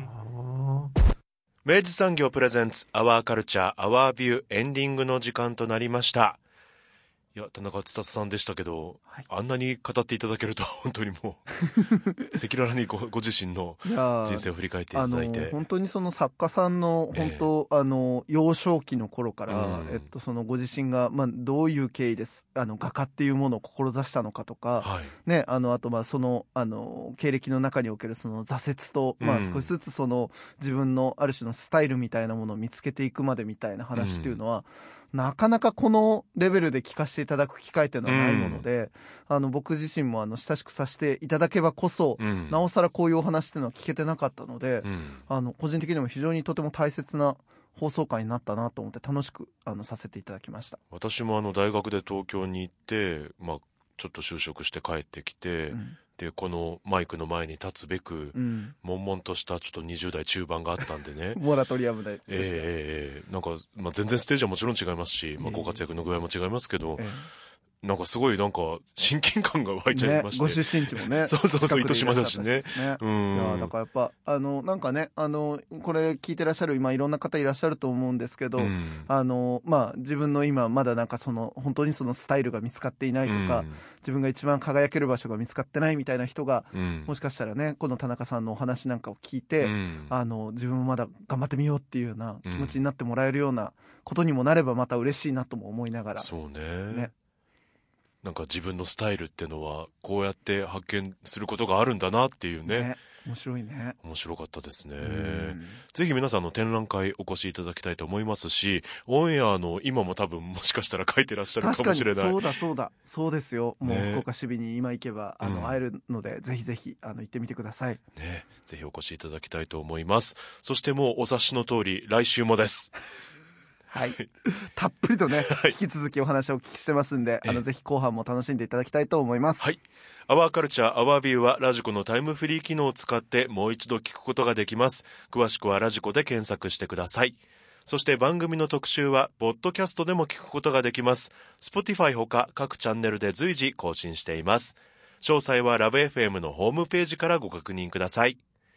明治産業プレゼンツアワーカルチャーアワービューエンディングの時間となりました。いや田中司さんでしたけど、はい、あんなに語っていただけると本当にもう赤裸々に ご, ご自身の人生を振り返っていただいて、 本当にその作家さんの本当、えー、あの幼少期の頃から、うんえっと、そのご自身が、まあ、どういう経緯ですあの画家っていうものを志したのかとか、はいね、あのあとまあそのあの経歴の中におけるその挫折と、うんまあ、少しずつその自分のある種のスタイルみたいなものを見つけていくまでみたいな話っていうのは、うんなかなかこのレベルで聞かせていただく機会というのはないもので、うん、あの僕自身もあの親しくさせていただけばこそ、うん、なおさらこういうお話というのは聞けてなかったので、うん、あの個人的にも非常にとても大切な放送回になったなと思って楽しくあのさせていただきました。 私もあの大学で東京に行って、まあ、ちょっと就職して帰ってきて、うんでこのマイクの前に立つべく、うん、悶々としたちょっとにじゅう代中盤があったんでねモラトリアムでえー、えー、なんか、まあ、全然ステージはもちろん違いますし、まあ、ご活躍の具合も違いますけど、えーえーなんかすごいなんか親近感が湧いちゃいまして、ね、 ご出身地もねそうそうそう糸島だしね、 ねうんいやだからやっぱあのなんかねあのこれ聞いてらっしゃる今いろんな方いらっしゃると思うんですけど、うん、あのまあ自分の今まだなんかその本当にそのスタイルが見つかっていないとか、うん、自分が一番輝ける場所が見つかってないみたいな人が、うん、もしかしたらねこの田中さんのお話なんかを聞いて、うん、あの自分もまだ頑張ってみようっていうような気持ちになってもらえるようなことにもなればまた嬉しいなとも思いながら、 そうねねなんか自分のスタイルっていうのはこうやって発見することがあるんだなっていうね、ね面白いね面白かったですね。ぜひ皆さんの展覧会お越しいただきたいと思いますし、オンエアの今も多分もしかしたら書いてらっしゃるかもしれない。 確かにそうだそうだそうですよ。もう福岡市美に今行けばあの、うん、会えるのでぜひぜひあの行ってみてくださいね。ぜひお越しいただきたいと思います。そしてもうお察しの通り来週もですはい、たっぷりとね、はい、引き続きお話をお聞きしてますんで、あのぜひ後半も楽しんでいただきたいと思います。 はい、アワーカルチャーアワービューはラジコのタイムフリー機能を使ってもう一度聞くことができます。詳しくはラジコで検索してください。そして番組の特集はポッドキャストでも聞くことができます。 Spotify ほか各チャンネルで随時更新しています。詳細はラブ エフエム のホームページからご確認ください。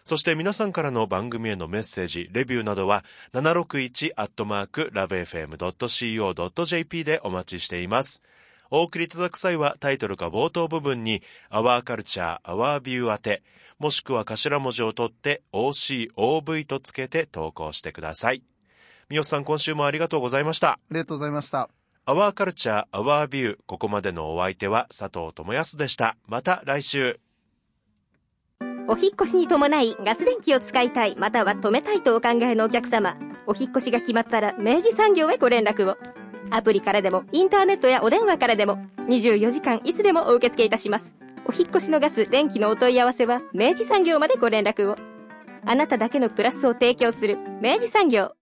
そして皆さんからの番組へのメッセージ、レビューなどは ななろくいち アットマーク ラブエフエム ドット シーオー ドット ジェーピー でお待ちしています。お送りいただく際はタイトルか冒頭部分に Our Culture, Our View 宛て、もしくは頭文字を取って オーシーオーブイ とつけて投稿してください。三好さん、今週もありがとうございました。 ありがとうございました。 Our Culture, Our View、ここまでのお相手は佐藤智康でした。また来週。 お引っ越しに伴いガス電気を使いたい、または止めたいとお考えのお客様、お引っ越しが決まったら明治産業へご連絡を。アプリからでもインターネットやお電話からでもにじゅうよじかんいつでもお受け付けいたします。お引っ越しのガス、電気のお問い合わせは明治産業までご連絡を。あなただけのプラスを提供する明治産業。